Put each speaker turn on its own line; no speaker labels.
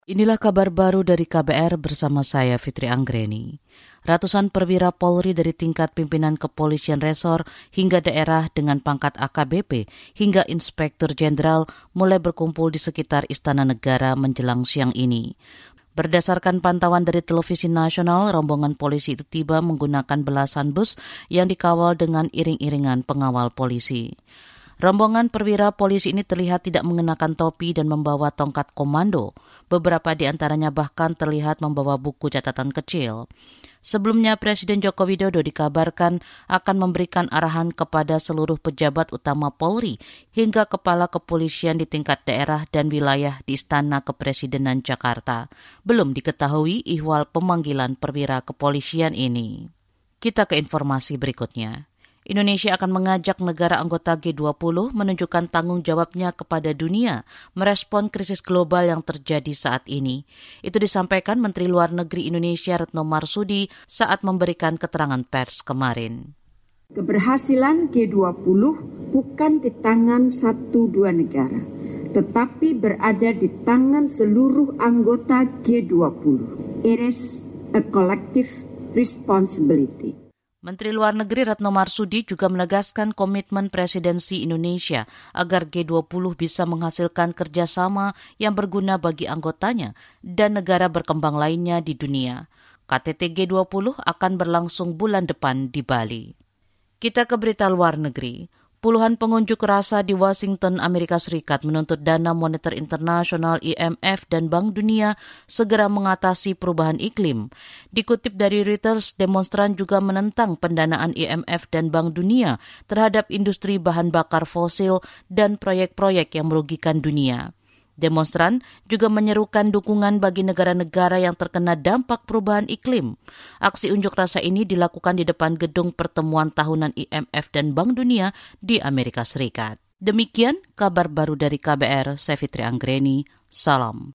Inilah kabar baru dari KBR bersama saya Fitri Anggreni. Ratusan perwira Polri dari tingkat pimpinan kepolisian resor hingga daerah dengan pangkat AKBP hingga Inspektur Jenderal mulai berkumpul di sekitar Istana Negara menjelang siang ini. Berdasarkan pantauan dari televisi nasional, rombongan polisi itu tiba menggunakan belasan bus yang dikawal dengan iring-iringan pengawal polisi. Rombongan perwira polisi ini terlihat tidak mengenakan topi dan membawa tongkat komando. Beberapa di antaranya bahkan terlihat membawa buku catatan kecil. Sebelumnya, Presiden Joko Widodo dikabarkan akan memberikan arahan kepada seluruh pejabat utama Polri hingga kepala kepolisian di tingkat daerah dan wilayah di Istana Kepresidenan Jakarta. Belum diketahui ihwal pemanggilan perwira kepolisian ini. Kita ke informasi berikutnya. Indonesia akan mengajak negara anggota G20 menunjukkan tanggung jawabnya kepada dunia merespon krisis global yang terjadi saat ini. Itu disampaikan Menteri Luar Negeri Indonesia Retno Marsudi saat memberikan keterangan pers kemarin.
Keberhasilan G20 bukan di tangan 1-2 negara, tetapi berada di tangan seluruh anggota G20. It is a collective responsibility.
Menteri Luar Negeri Retno Marsudi juga menegaskan komitmen presidensi Indonesia agar G20 bisa menghasilkan kerjasama yang berguna bagi anggotanya dan negara berkembang lainnya di dunia. KTT G20 akan berlangsung bulan depan di Bali. Kita ke berita luar negeri. Puluhan pengunjuk rasa di Washington, Amerika Serikat menuntut Dana Moneter Internasional IMF dan Bank Dunia segera mengatasi perubahan iklim. Dikutip dari Reuters, demonstran juga menentang pendanaan IMF dan Bank Dunia terhadap industri bahan bakar fosil dan proyek-proyek yang merugikan dunia. Demonstran juga menyerukan dukungan bagi negara-negara yang terkena dampak perubahan iklim. Aksi unjuk rasa ini dilakukan di depan gedung pertemuan tahunan IMF dan Bank Dunia di Amerika Serikat. Demikian kabar baru dari KBR, saya Fitri Anggreni. Salam.